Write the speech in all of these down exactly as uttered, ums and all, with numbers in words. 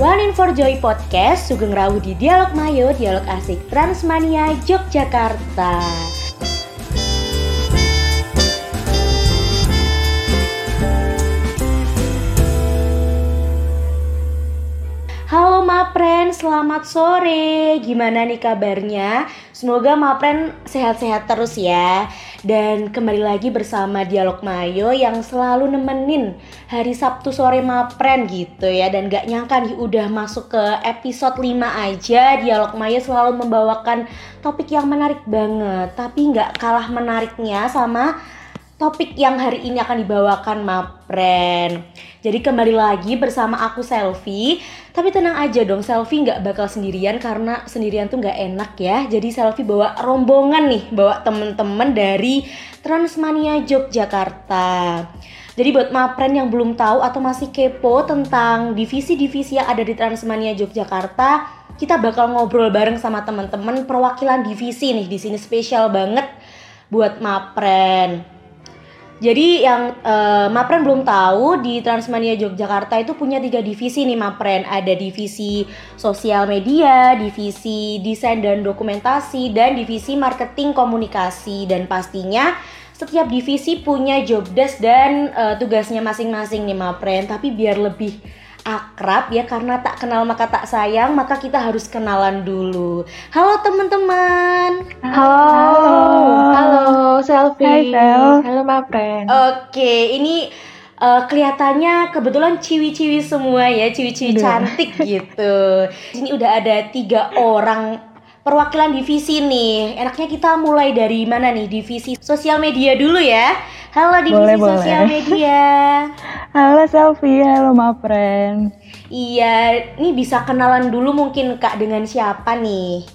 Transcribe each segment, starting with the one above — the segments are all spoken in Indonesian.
One in for Joy Podcast, Sugeng Rawuh di Dialog Mayo, Dialog Asik Transmania Yogyakarta. Halo Mapren, selamat sore. Gimana nih kabarnya? Semoga Mapren sehat-sehat terus ya. Dan kembali lagi bersama Dialog Mayo yang selalu nemenin hari Sabtu sore Mapren gitu ya. Dan gak nyangka nih udah masuk ke episode lima aja. Dialog Mayo selalu membawakan topik yang menarik banget. Tapi gak kalah menariknya sama topik yang hari ini akan dibawakan Mapren. Jadi kembali lagi bersama aku Selfie. Tapi tenang aja dong, Selfie gak bakal sendirian karena sendirian tuh gak enak ya. Jadi Selfie bawa rombongan nih, bawa temen-temen dari Transmania Yogyakarta. Jadi buat Mapren yang belum tahu atau masih kepo tentang divisi-divisi yang ada di Transmania Yogyakarta, kita bakal ngobrol bareng sama teman-teman perwakilan divisi nih. Di sini spesial banget buat Mapren. Jadi yang uh, Mapren belum tahu, di Transmania Yogyakarta itu punya tiga divisi nih Mapren. Ada divisi sosial media, divisi desain dan dokumentasi, dan divisi marketing komunikasi. Dan pastinya setiap divisi punya job desk dan uh, tugasnya masing-masing nih Mapren. Tapi biar lebih akrab ya, karena tak kenal maka tak sayang, maka kita harus kenalan dulu. Halo teman-teman. Halo. Halo Selfie. Hai Sel. Halo Mapren. Oke, ini uh, kelihatannya kebetulan ciwi-ciwi semua ya, ciwi-ciwi cantik gitu. Di sini udah ada tiga orang perwakilan divisi nih. Enaknya kita mulai dari mana nih? Divisi sosial media dulu ya. Halo divisi boleh, sosial boleh. media. Halo Selfie, halo Mapren. Iya, ini bisa kenalan dulu mungkin Kak dengan siapa nih?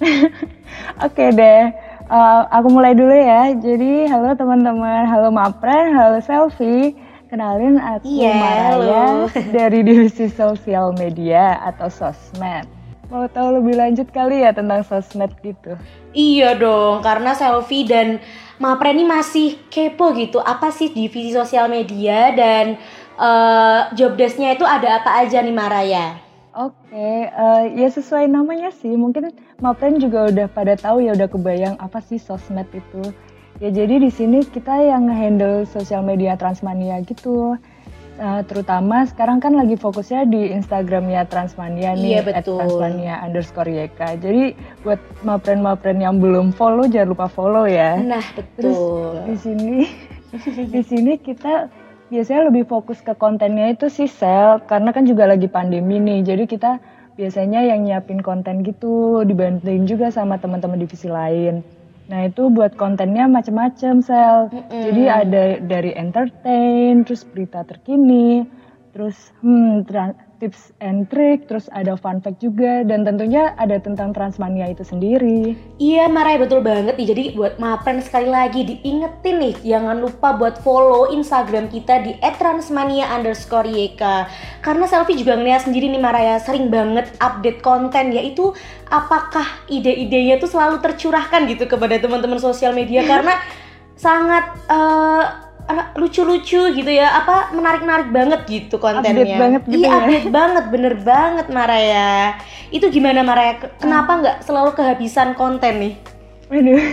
Oke deh, uh, aku mulai dulu ya. Jadi halo teman-teman, halo Mapren, halo Selfie. Kenalin aku Iya, Maraya halo. dari divisi sosial media atau sosmed. Mau tahu lebih lanjut kali ya tentang sosmed gitu? Iya dong, karena Selfie dan Mapren ini masih kepo gitu. Apa sih divisi sosial media dan uh, job desk-nya itu ada apa aja nih Maraya? Oke, uh, ya sesuai namanya sih. Mungkin Mapren juga udah pada tahu ya, udah kebayang apa sih sosmed itu. Ya jadi di sini kita yang handle sosial media Transmania gitu. Uh, terutama sekarang kan lagi fokusnya di Instagramnya Transmania nih, Iya, betul. at Transmania underscore Y K. Jadi buat Mapren-Mapren yang belum follow, jangan lupa follow ya. Nah, Terus betul. di sini, di sini kita biasanya lebih fokus ke kontennya itu sih Sel, karena kan juga lagi pandemi nih. Jadi kita biasanya yang nyiapin konten gitu, dibantuin juga sama teman-teman divisi lain. Nah itu buat kontennya macam-macam Sel. Mm-mm. Jadi ada dari entertain, terus berita terkini, terus hmm, tra- tips and trick, terus ada fun fact juga, dan tentunya ada tentang Transmania itu sendiri. Iya Maraya, betul banget nih. Jadi buat Mapren sekali lagi diingetin nih, jangan lupa buat follow Instagram kita di et transmania underscore Y K. Karena Selfie juga ngeliat sendiri nih Maraya, sering banget update konten, yaitu apakah ide-idenya tuh selalu tercurahkan gitu kepada teman-teman sosial media. Karena sangat uh, lucu-lucu gitu ya, apa menarik-menarik banget gitu kontennya. Update banget gitu iya, ya. update banget, bener banget Maraya. Itu gimana Maraya? Kenapa nggak selalu kehabisan konten nih? Waduh,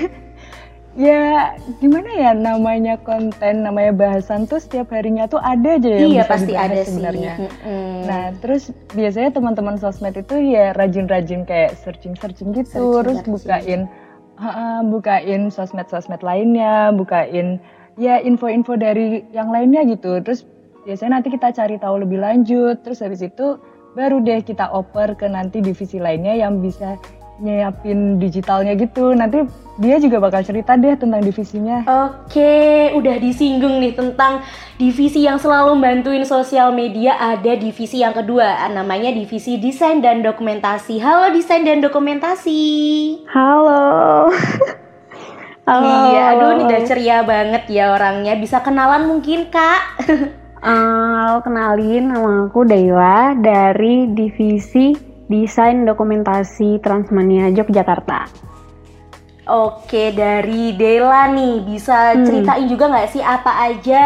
ya gimana ya, namanya konten, namanya bahasan tuh setiap harinya tuh ada aja yang Iya bisa pasti dibahas ada sebenarnya. sih. Mm-mm. Nah terus biasanya teman-teman sosmed itu ya rajin-rajin kayak searching-searching gitu, Searching, terus searching. bukain, ha-ha, bukain sosmed-sosmed lainnya, bukain ya info-info dari yang lainnya gitu. Terus biasanya nanti kita cari tahu lebih lanjut, terus habis itu baru deh kita oper ke nanti divisi lainnya yang bisa nyiapin digitalnya gitu. Nanti dia juga bakal cerita deh tentang divisinya. Oke, udah disinggung nih tentang divisi yang selalu bantuin sosial media. Ada divisi yang kedua, namanya divisi desain dan dokumentasi. Halo desain dan dokumentasi. Halo. Halo. Iya, aduh ini udah ceria banget ya orangnya. Bisa kenalan mungkin Kak? Uh, kenalin, nama aku Dewa dari divisi desain dokumentasi Transmania Yogyakarta. Oke, dari Dela nih, bisa Hmm. ceritain juga nggak sih apa aja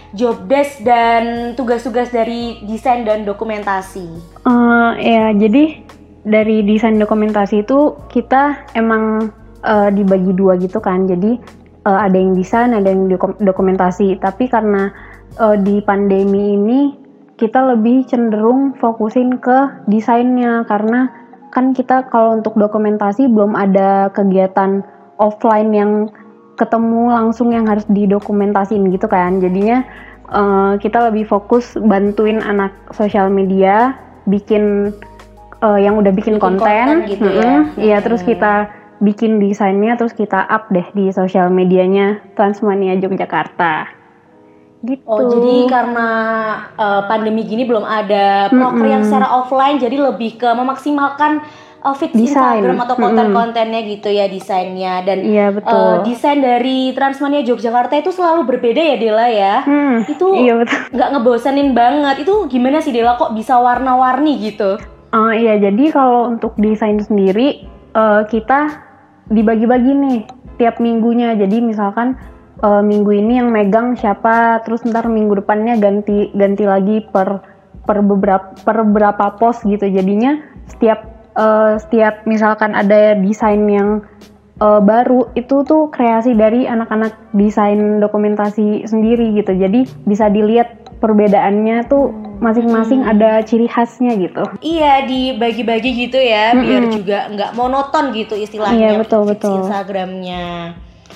job desk dan tugas-tugas dari desain dan dokumentasi? Eh, ya, jadi dari desain dokumentasi itu kita emang eh, dibagi dua gitu kan. Jadi eh, ada yang desain, ada yang dokum- dokumentasi. Tapi karena eh, di pandemi ini kita lebih cenderung fokusin ke desainnya, karena kan kita kalau untuk dokumentasi belum ada kegiatan offline yang ketemu langsung yang harus didokumentasiin gitu kan. Jadinya eh, kita lebih fokus bantuin anak sosial media bikin eh, yang udah bikin, Bikin konten, konten gitu ya. Mm-mm. Iya, Hmm. terus kita bikin desainnya, terus kita up deh di sosial medianya Transmania Yogyakarta. Gitu. Oh, jadi karena uh, pandemi gini belum ada proker Mm-mm. yang secara offline, jadi lebih ke memaksimalkan uh, feeds Desain. Instagram atau konten-kontennya gitu ya, desainnya. Dan Iya, betul. uh, desain dari Transmania Yogyakarta itu selalu berbeda ya Dela ya. Hmm, Itu iya betul. nggak ngebosenin banget. Itu gimana sih Dela, kok bisa warna-warni gitu? Uh, iya, jadi kalau untuk desain sendiri uh, kita dibagi-bagi nih tiap minggunya. Jadi misalkan uh, minggu ini yang megang siapa, terus ntar minggu depannya ganti ganti lagi per per beberapa per beberapa pos gitu. Jadinya setiap uh, setiap misalkan ada desain yang uh, baru, itu tuh kreasi dari anak-anak desain dokumentasi sendiri gitu. Jadi bisa dilihat perbedaannya tuh masing-masing Hmm. ada ciri khasnya gitu. Iya, dibagi-bagi gitu ya, biar Mm-mm. juga nggak monoton gitu istilahnya. Iya, betul, feeds betul. Instagramnya.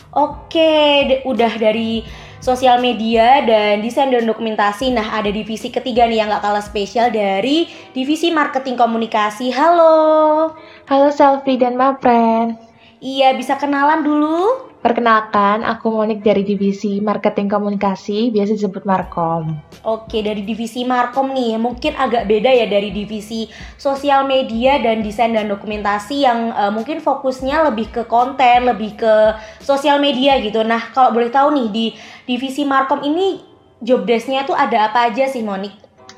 Oke, de- udah dari sosial media dan desain dan dokumentasi. Nah, ada divisi ketiga nih yang nggak kalah spesial, dari divisi marketing komunikasi. Halo. Halo Selfie dan Mapren. Iya, bisa kenalan dulu? Perkenalkan, aku Monik dari Divisi Marketing Komunikasi, biasa disebut Markom. Oke, dari divisi Markom nih, mungkin agak beda ya dari divisi sosial media dan desain dan dokumentasi yang eh, mungkin fokusnya lebih ke konten, lebih ke sosial media gitu. Nah, kalau boleh tahu nih, di divisi Markom ini job desk-nya tuh ada apa aja sih, Monik?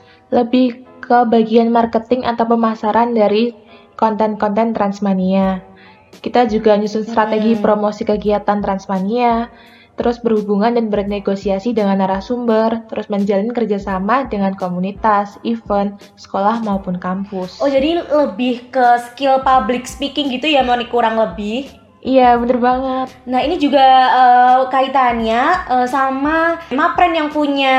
Lebih ke bagian marketing atau pemasaran dari konten-konten Transmania. Kita juga nyusun strategi Hmm. promosi kegiatan Transmania, terus berhubungan dan bernegosiasi dengan narasumber, terus menjalin kerjasama dengan komunitas, event, sekolah maupun kampus. Oh, jadi lebih ke skill public speaking gitu ya, Monik, kurang lebih? Iya, bener banget. Nah, ini juga eh, kaitannya eh, sama Mapren yang punya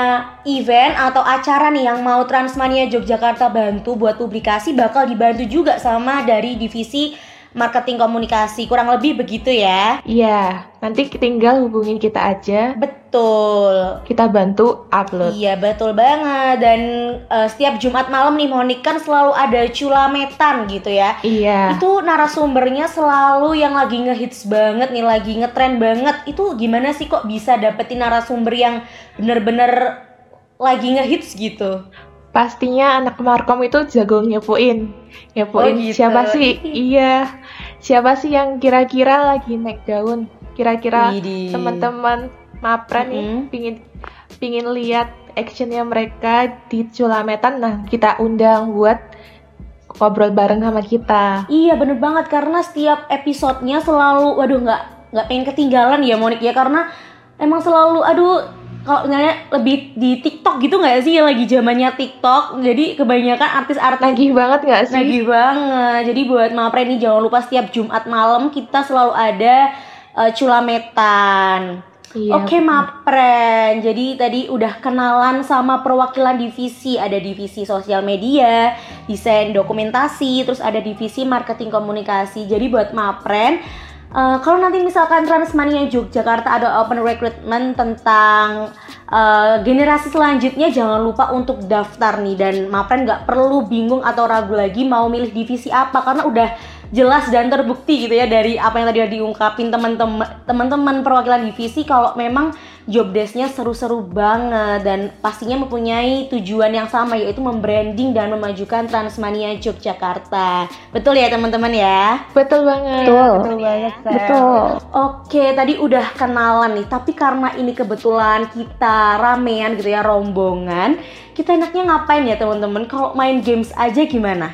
event atau acara nih yang mau Transmania Yogyakarta bantu buat publikasi, bakal dibantu juga sama dari divisi marketing komunikasi, kurang lebih begitu ya. Iya, nanti tinggal hubungin kita aja, Betul. kita bantu upload. Iya, betul banget. Dan eh, setiap Jumat malam nih, Monik, kan selalu ada culametan gitu ya. Iya. Itu narasumbernya selalu yang lagi ngehits banget nih, lagi ngetren banget. Itu gimana sih kok bisa dapetin narasumber yang bener-bener lagi ngehits gitu? Pastinya anak Markom itu jago nyepuin. Oh, Nyepuin gitu. siapa sih? Iya. Siapa sih yang kira-kira lagi naik daun? Kira-kira Widih. teman-teman Mapren nih Mm-mm. pingin pingin lihat actionnya mereka di Culametan. Nah, kita undang buat ngobrol bareng sama kita. Iya, bener banget, karena setiap episodenya selalu, waduh, nggak nggak pengen ketinggalan ya, Monik ya, karena emang selalu, aduh, kalau misalnya lebih di TikTok gitu nggak sih, yang lagi zamannya TikTok, jadi kebanyakan artis-artis Nagih banget nggak sih? Nagih banget. Jadi buat Mapren nih, jangan lupa setiap Jumat malam kita selalu ada uh, culametan. Iya, Oke, betul. Mapren. Jadi tadi udah kenalan sama perwakilan divisi. Ada divisi sosial media, desain dokumentasi, terus ada divisi marketing komunikasi. Jadi buat Mapren, Uh, kalau nanti misalkan Transmania Yogyakarta ada open recruitment tentang uh, generasi selanjutnya, jangan lupa untuk daftar nih. Dan Mapren nggak perlu bingung atau ragu lagi mau milih divisi apa, karena udah jelas dan terbukti gitu ya dari apa yang tadi udah diungkapin teman-teman teman-teman perwakilan divisi, kalau memang job desk-nya seru-seru banget dan pastinya mempunyai tujuan yang sama, yaitu membranding dan memajukan Transmania Yogyakarta. Betul ya teman-teman ya? Betul banget. Betul. Betul banget, Sel. Betul. Oke, tadi udah kenalan nih, tapi karena ini kebetulan kita ramean gitu ya, rombongan, kita enaknya ngapain ya teman-teman? Kalau main games aja gimana?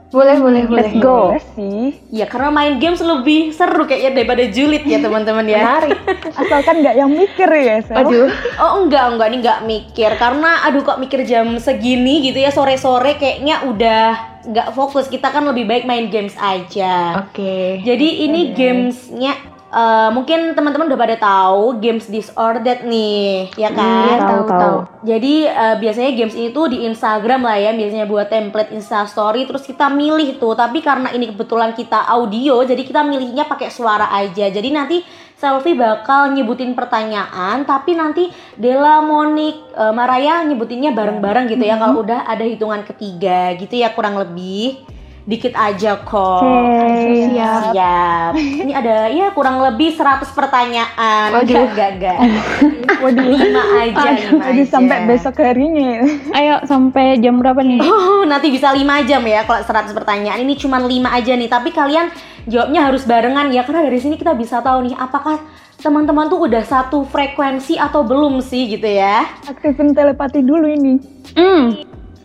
Boleh, boleh, boleh. Let's go. Boleh sih. Ya karena main games lebih seru kayaknya daripada julid ya teman-teman ya. Menarik. Asalkan nggak yang mikir ya, Sel. Aduh. Oh enggak, enggak, ini enggak mikir. Karena aduh kok mikir jam segini gitu ya, sore-sore kayaknya udah enggak fokus. Kita kan lebih baik main games aja. Oke. Jadi ini gamesnya eh, mungkin teman-teman udah pada tahu games Disordered nih, ya Iya, kan? tahu, tahu. tahu. Jadi eh, biasanya games ini tuh di Instagram lah ya, biasanya buat template Instastory, terus kita milih tuh. Tapi karena ini kebetulan kita audio, jadi kita milihnya pakai suara aja. Jadi nanti Selfie bakal nyebutin pertanyaan, tapi nanti Della, Monik, eh, Maraya nyebutinnya bareng-bareng gitu ya. Kalau udah ada hitungan ketiga gitu ya, kurang lebih. Dikit aja kok. Oke. Siap. Siap. Ini ada ya kurang lebih seratus pertanyaan. Waduh. Enggak, enggak, Waduh, lima aja, lima aduh aja. sampai besok harinya. Ayo sampai jam berapa nih? Oh, nanti bisa lima jam ya kalau seratus pertanyaan. Ini cuma lima aja nih, tapi kalian jawabnya harus barengan ya, karena dari sini kita bisa tahu nih apakah teman-teman tuh udah satu frekuensi atau belum sih gitu ya. Aktifin telepati dulu ini. Hmm.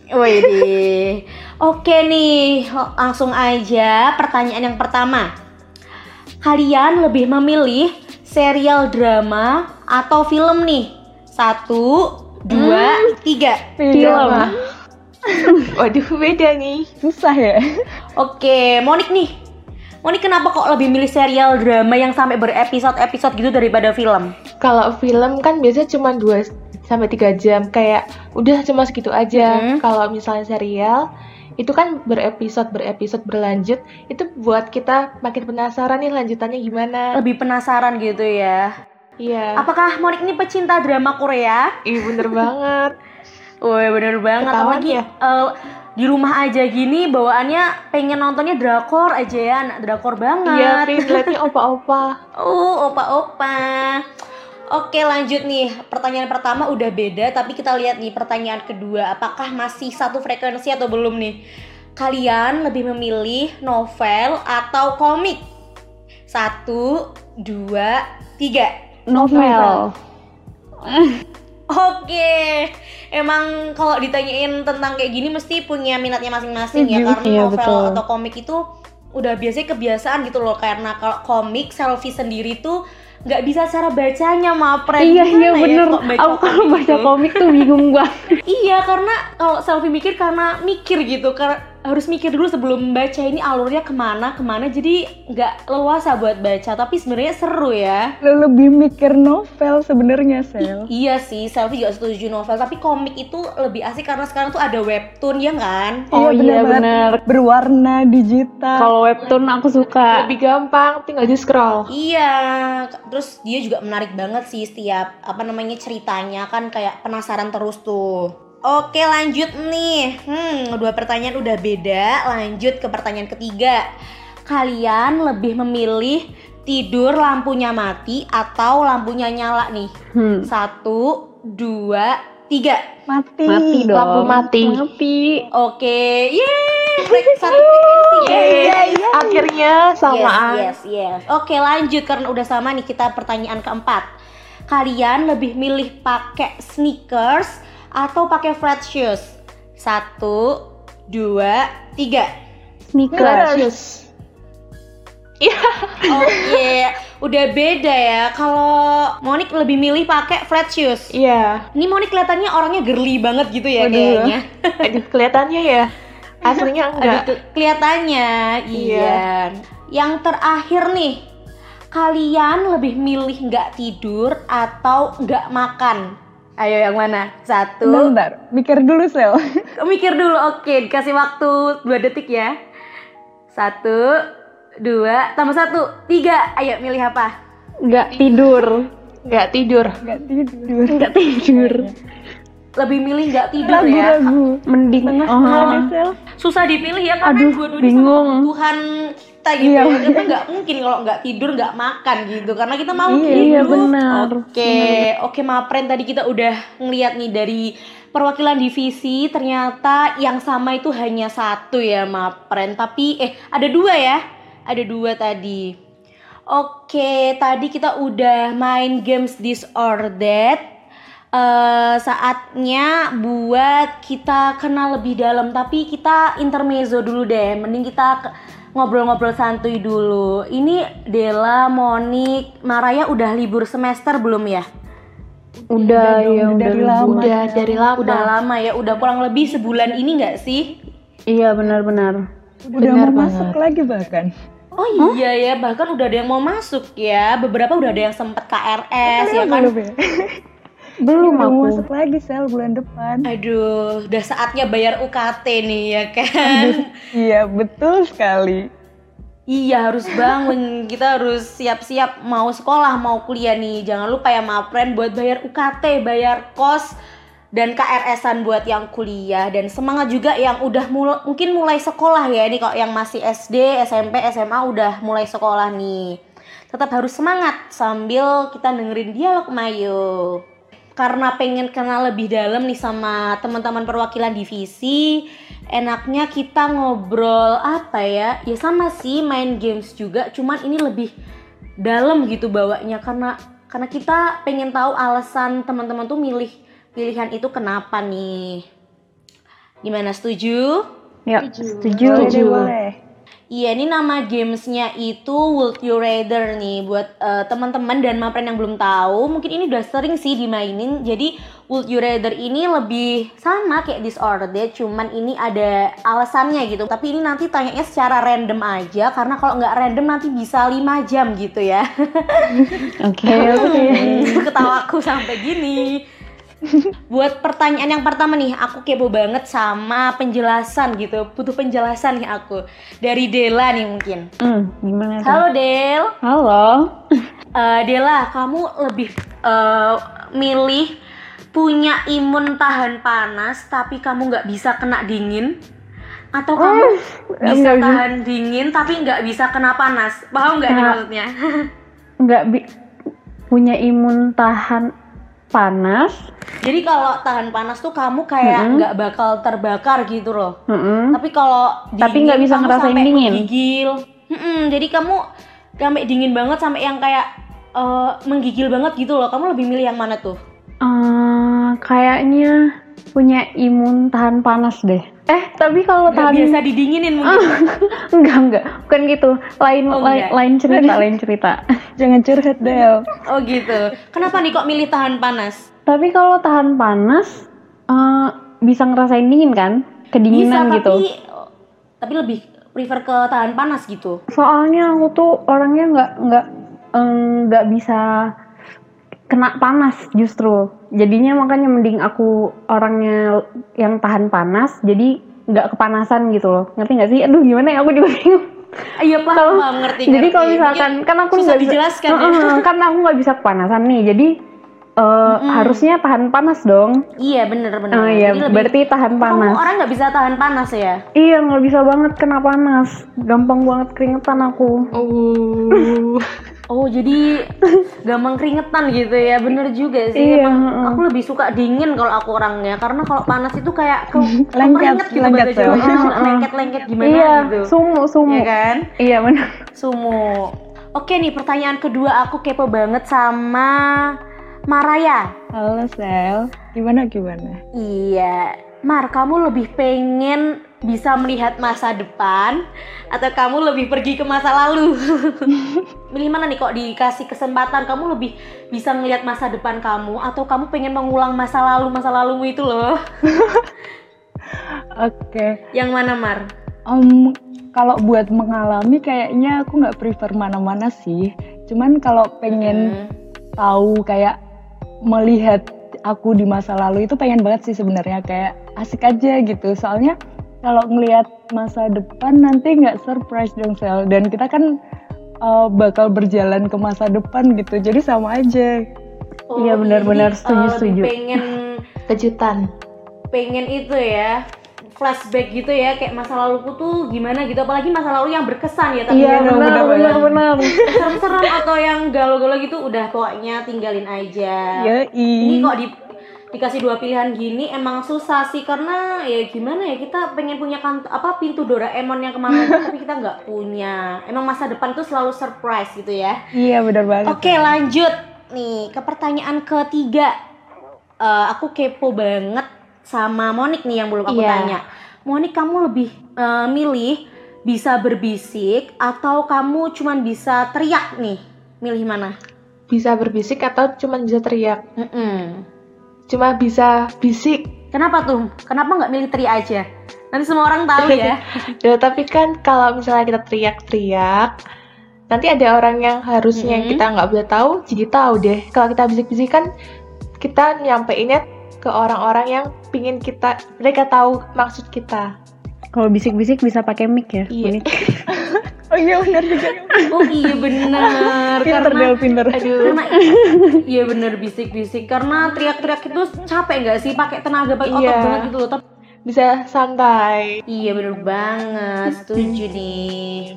Wih, oke nih, langsung aja pertanyaan yang pertama. Kalian lebih memilih serial drama atau film nih? Satu, dua, tiga. Film. Waduh, beda nih. Susah ya. Oke, Monik nih. Monik kenapa kok lebih milih serial drama yang sampai berepisode-episode gitu daripada film? Kalau film kan biasanya cuma dua sampai tiga jam, kayak udah cuma segitu aja. Mhm. Kalau misalnya serial itu kan berepisode berepisode berlanjut, itu buat kita makin penasaran nih lanjutannya gimana. Lebih penasaran gitu ya. Iya. Apakah Monik ini pecinta drama Korea? Ih, bener banget. Woi, bener banget. Ketahuan Apalagi ya? eh, di rumah aja gini bawaannya pengen nontonnya drakor aja ya, anak drakor banget. Iya, favorite-nya opa-opa. Oh, opa-opa. Oke, lanjut nih. Pertanyaan pertama udah beda, tapi kita lihat nih pertanyaan kedua. Apakah masih satu frekuensi atau belum nih? Kalian lebih memilih novel atau komik? Satu, dua, tiga. Novel. Oke, emang kalau ditanyain tentang kayak gini mesti punya minatnya masing-masing ya, Setuju. karena Iya, novel betul. atau komik itu udah biasanya kebiasaan gitu loh. Karena kalau komik Selfie sendiri tuh nggak bisa cara bacanya, mapret. Iya Gimana iya ya bener. kok baca Aku kalau komik baca itu? komik tuh bingung banget. Iya, karena kalau Selfie mikir karena mikir gitu, karena harus mikir dulu sebelum baca ini alurnya kemana kemana, jadi nggak leluasa buat baca. Tapi sebenarnya seru ya. Lo lebih mikir novel sebenarnya, Sel. Iya sih, Selfie juga setuju novel, tapi komik itu lebih asik karena sekarang tuh ada webtoon ya kan? Oh iya, banget. bener. Berwarna digital. Kalau webtoon aku suka. Lebih gampang, tinggal di scroll. Iya, terus dia juga menarik banget sih setiap apa namanya ceritanya, kan kayak penasaran terus tuh. Oke, lanjut nih. Hmm, dua pertanyaan udah beda. Lanjut ke pertanyaan ketiga. Kalian lebih memilih tidur lampunya mati atau lampunya nyala nih? Hmm. Satu, dua, tiga. Mati. Mati dong. Lampu mati. Mati. Oke, yeay, frek- satu frekuensi ya. Akhirnya samaan. Yes, yes, yes. Oke, lanjut karena udah sama nih, kita pertanyaan keempat. Kalian lebih milih pakai sneakers atau pakai flat shoes? Satu, dua, tiga. Sneakers. Shoes. Oke, udah beda ya. Kalau Monik lebih milih pakai flat shoes. Iya. Ini Monik kelihatannya orangnya girly banget gitu ya Waduh. kayaknya. Aduh, kelihatannya ya. Aslinya Aduh, enggak. ke- kelihatannya. Iya. Yang terakhir nih. Kalian lebih milih nggak tidur atau nggak makan? Ayo yang mana? Satu. Bentar, mikir dulu, Sel. Mikir dulu, oke. Dikasih waktu dua detik ya. Satu, dua, tambah satu, tiga. Ayo milih apa? Nggak tidur. Enggak tidur. Gak tidur. Nggak tidur. Lebih milih nggak tidur ya. Ragu-ragu. Mending. Tengah-tengah Oh. deh, Sel. Susah dipilih ya, karena Aduh, dua-duanya bingung. sama kebutuhan kita gitu Iya. ya. Kita nggak mungkin kalau nggak tidur nggak makan gitu, karena kita mau Iya, hidup. iya, benar. Oke, oke Mapren, tadi kita udah ngeliat nih dari perwakilan divisi, ternyata yang sama itu hanya satu ya Mapren. Tapi eh ada dua ya, ada dua tadi. Oke, tadi kita udah main games Disordered. eh, saatnya buat kita kenal lebih dalam, tapi kita intermezzo dulu deh. Mending kita ke- ngobrol-ngobrol santuy dulu. Ini Dela, Monik, Maraya udah libur semester belum ya? Udah dong, ya, udah dari libur. lama. Udah dari lama. Udah lama ya, udah kurang lebih sebulan ini nggak sih? Iya benar-benar. Udah Benar mau banget. masuk lagi bahkan. Oh iya ya, bahkan udah ada yang mau masuk ya. Beberapa udah ada yang sempet K R S ya kan. Belum ya? Belum Udah mau aku. masuk lagi sel bulan depan. Aduh, udah saatnya bayar U K T nih ya kan. Iya betul sekali. Iya harus bangun, kita harus siap-siap mau sekolah mau kuliah nih. Jangan lupa ya Mapren buat bayar U K T, bayar kos dan K R S-an buat yang kuliah. Dan semangat juga yang udah mul- mungkin mulai sekolah ya. Ini kok yang masih S D, S M P, S M A udah mulai sekolah nih. Tetap harus semangat sambil kita dengerin Dialog Mayo. Karena pengen kenal lebih dalam nih sama teman-teman perwakilan divisi, enaknya kita ngobrol apa ya? Ya sama sih main games juga, cuman ini lebih dalam gitu bawanya karena karena kita pengen tahu alasan teman-teman tuh milih pilihan itu kenapa nih. Gimana, setuju? Ya, Boleh setuju. deh, boleh. Iya, ini nama gamesnya itu Would You Rather nih. Buat eh, teman-teman dan Mapren yang belum tahu, mungkin ini udah sering sih dimainin. Jadi Would You Rather ini lebih sama kayak This or That, cuman ini ada alasannya gitu. Tapi ini nanti tanyanya secara random aja, karena kalau nggak random nanti bisa lima jam gitu ya. Oke, oke. Ketawaku sampai gini. Buat pertanyaan yang pertama nih, aku kepo banget sama penjelasan gitu. Butuh penjelasan nih aku. Dari Dela nih mungkin. Hmm, gimana tuh? Halo Del. Halo. Eh, Dela, kamu lebih eh, milih punya imun tahan panas tapi kamu nggak bisa kena dingin, atau kamu bisa enggak bisa. tahan dingin tapi nggak bisa kena panas? Paham nggak nih Kena- maksudnya? Nggak bi- punya imun tahan panas. Jadi kalau tahan panas tuh kamu kayak Mm-mm. nggak bakal terbakar gitu loh. Mm-mm. Tapi kalau Tapi dingin, nggak bisa kamu ngerasain sampai dingin. menggigil. Mm-mm, jadi kamu sampai dingin banget, sampai yang kayak eh, menggigil banget gitu loh. Kamu lebih milih yang mana tuh? Eh, kayaknya punya imun tahan panas deh. Eh, tapi kalau Nggak tahan biasa didinginin mungkin. enggak enggak, bukan gitu. Lain Oh, lain, enggak. lain cerita, lain cerita. Jangan curhat Del. Oh gitu. Kenapa nih kok milih tahan panas? Tapi kalau tahan panas eh, bisa ngerasain dingin kan? Kedinginan Bisa, gitu. tapi tapi lebih prefer ke tahan panas gitu. Soalnya aku tuh orangnya nggak nggak em, nggak bisa kena panas justru. Jadinya makanya mending aku orangnya yang tahan panas, jadi nggak kepanasan gitu loh. Ngerti nggak sih? Aduh gimana ya, aku juga bingung. Iya paham, Kalau- paham, ngerti. Jadi ngerti. kalau misalkan Mungkin kan aku susah nggak bisa dijelaskan ya. Heeh, kan aku nggak bisa kepanasan nih, jadi eh, harusnya tahan panas dong. Iya bener-bener. Oh iya, Jadi lebih- berarti tahan Kamu panas. orang nggak bisa tahan panas ya? Iya, nggak bisa banget kena panas. Gampang banget keringetan aku. Uh. Oh jadi gampang keringetan gitu ya, bener juga sih. Iya, Emang heeh. aku lebih suka dingin kalau aku orangnya, karena kalau panas itu kayak ke Lengket, keringet gitu lengket, bahasa Jawa. Sel. Heeh, lengket-lengket gimana Iya, gitu. sumu, sumu. Iya kan? Iya benar. Sumo. Oke nih, pertanyaan kedua aku kepo banget sama Maraya. Halo Sel. Gimana gimana? Iya, Mar, kamu lebih pengen bisa melihat masa depan atau kamu lebih pergi ke masa lalu? Milih mana nih, kok dikasih kesempatan kamu lebih bisa melihat masa depan kamu atau kamu pengen mengulang masa lalu masa lalumu itu loh? Oke. Yang mana, Mar? Em, kalau buat mengalami kayaknya aku nggak prefer mana-mana sih. Cuman kalau pengen Hmm. tahu kayak melihat aku di masa lalu itu pengen banget sih sebenarnya, kayak asik aja gitu. Soalnya kalau ngelihat masa depan nanti nggak surprise dong Sel, dan kita kan uh, bakal berjalan ke masa depan gitu, jadi sama aja. Iya, benar-benar, jadi, setuju, eh, lebih setuju. Pengen Kejutan. pengen itu ya, flashback gitu ya, kayak masa laluku tuh gimana gitu, apalagi masa lalu yang berkesan ya. Tapi Iya, yang benar, benar, benar, benar. serem-serem atau yang galau-galau gitu udah pokoknya tinggalin aja. Ini Yoi. kok di, dikasih dua pilihan gini emang susah sih, karena ya gimana ya, kita pengen punya kant- apa pintu Doraemon yang kemana aja tapi kita nggak punya. Emang masa depan tuh selalu surprise gitu ya. Iya benar banget. Oke, lanjut nih ke pertanyaan ketiga. uh, aku kepo banget sama Monik nih yang belum aku Iya. tanya. Monik, kamu lebih uh, milih bisa berbisik atau kamu cuman bisa teriak nih? Milih mana? Bisa berbisik atau cuma bisa teriak? Mm-mm. Cuma bisa bisik. Kenapa tuh? Kenapa nggak milih teriak aja? Nanti semua orang tahu ya. Ya, tapi kan kalau misalnya kita teriak-teriak, nanti ada orang yang harusnya Mm-mm. kita nggak boleh tahu, jadi tahu deh. Kalau kita bisik-bisik kan, kita nyampeinnya ke orang-orang yang pingin kita, mereka tahu maksud kita. Kalau bisik-bisik bisa pakai mic ya. Iya. Monik? Oh iya benar juga. Oh iya benar. Pinter karena Del, pinter. Aduh. karena iya bener bisik-bisik karena teriak-teriak itu capek nggak sih, pakai tenaga, pakai otot Iya. banget gitu loh. Tapi Bisa santai. iya bener banget, setuju nih.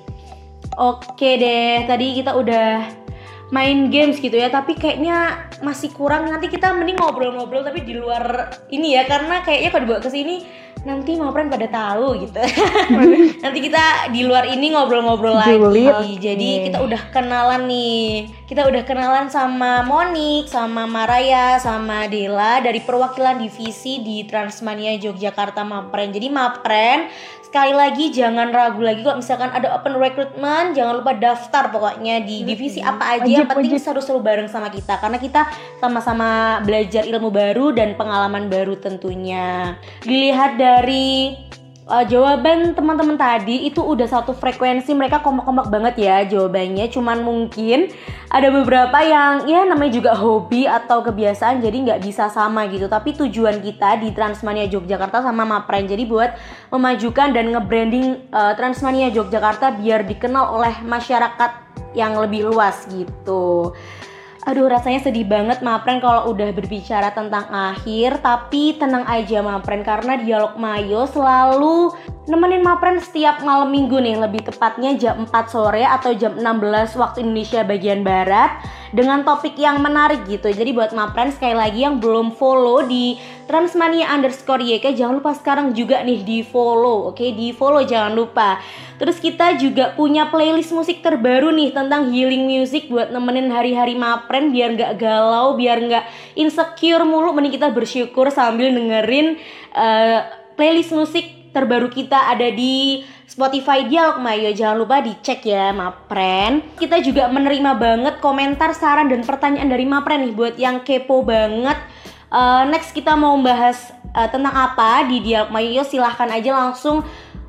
Oke deh, tadi kita udah main games gitu ya, tapi kayaknya masih kurang. Nanti kita mending ngobrol-ngobrol tapi di luar ini ya, karena kayaknya kalau dibawa ke sini nanti Mapren pada tahu gitu. Nanti kita di luar ini ngobrol-ngobrol lagi. Julid. Jadi kita udah kenalan nih. Kita udah kenalan sama Monik, sama Maraya, sama Dela dari perwakilan divisi di Transmania Yogyakarta Mapren. Jadi Mapren, sekali lagi jangan ragu lagi kalau misalkan ada open recruitment, jangan lupa daftar pokoknya di divisi apa aja. Yang Wajib, penting wajib. seru-seru bareng sama kita, karena kita sama-sama belajar ilmu baru dan pengalaman baru tentunya. Dilihat dari uh, jawaban teman-teman tadi itu udah satu frekuensi, mereka kompak-kompak banget ya jawabannya. Cuman mungkin ada beberapa yang ya namanya juga hobi atau kebiasaan, jadi nggak bisa sama gitu. Tapi tujuan kita di Transmania Yogyakarta sama Mapren jadi buat memajukan dan nge-branding uh, Transmania Yogyakarta biar dikenal oleh masyarakat yang lebih luas gitu. Aduh, rasanya sedih banget Mapren kalau udah berbicara tentang akhir. Tapi tenang aja Mapren, karena Dialog Mayo selalu nemenin Mapren setiap malam minggu nih. Lebih tepatnya jam empat sore atau jam enam belas waktu Indonesia bagian Barat, dengan topik yang menarik gitu. Jadi buat Mapren sekali lagi yang belum follow di Transmania underscore Y K, jangan lupa sekarang juga nih di follow. Oke, di follow jangan lupa. Terus kita juga punya playlist musik terbaru nih tentang healing music buat nemenin hari-hari Mapren biar nggak galau, biar nggak insecure mulu. Mending kita bersyukur sambil dengerin uh, playlist musik terbaru kita ada di Spotify Dialog Mayo. Jangan lupa dicek ya Mapren. Kita juga menerima banget komentar, saran, dan pertanyaan dari Mapren nih buat yang kepo banget. Uh, next kita mau bahas uh, tentang apa di Dialog Mayo, silahkan aja langsung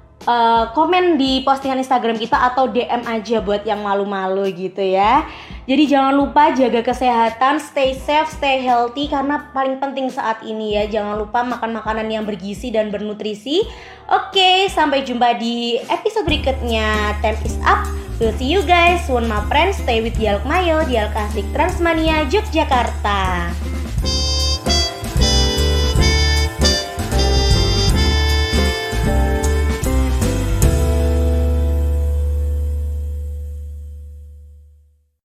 Uh, komen di postingan Instagram kita atau D M aja buat yang malu-malu gitu ya. Jadi jangan lupa jaga kesehatan, stay safe, stay healthy, karena paling penting saat ini ya. Jangan lupa makan makanan yang bergizi dan bernutrisi. Oke, sampai jumpa di episode berikutnya. Time is up. We'll see you guys soon, my friends. Stay with Dialog Mayo, Dialog Asik Transmania Yogyakarta.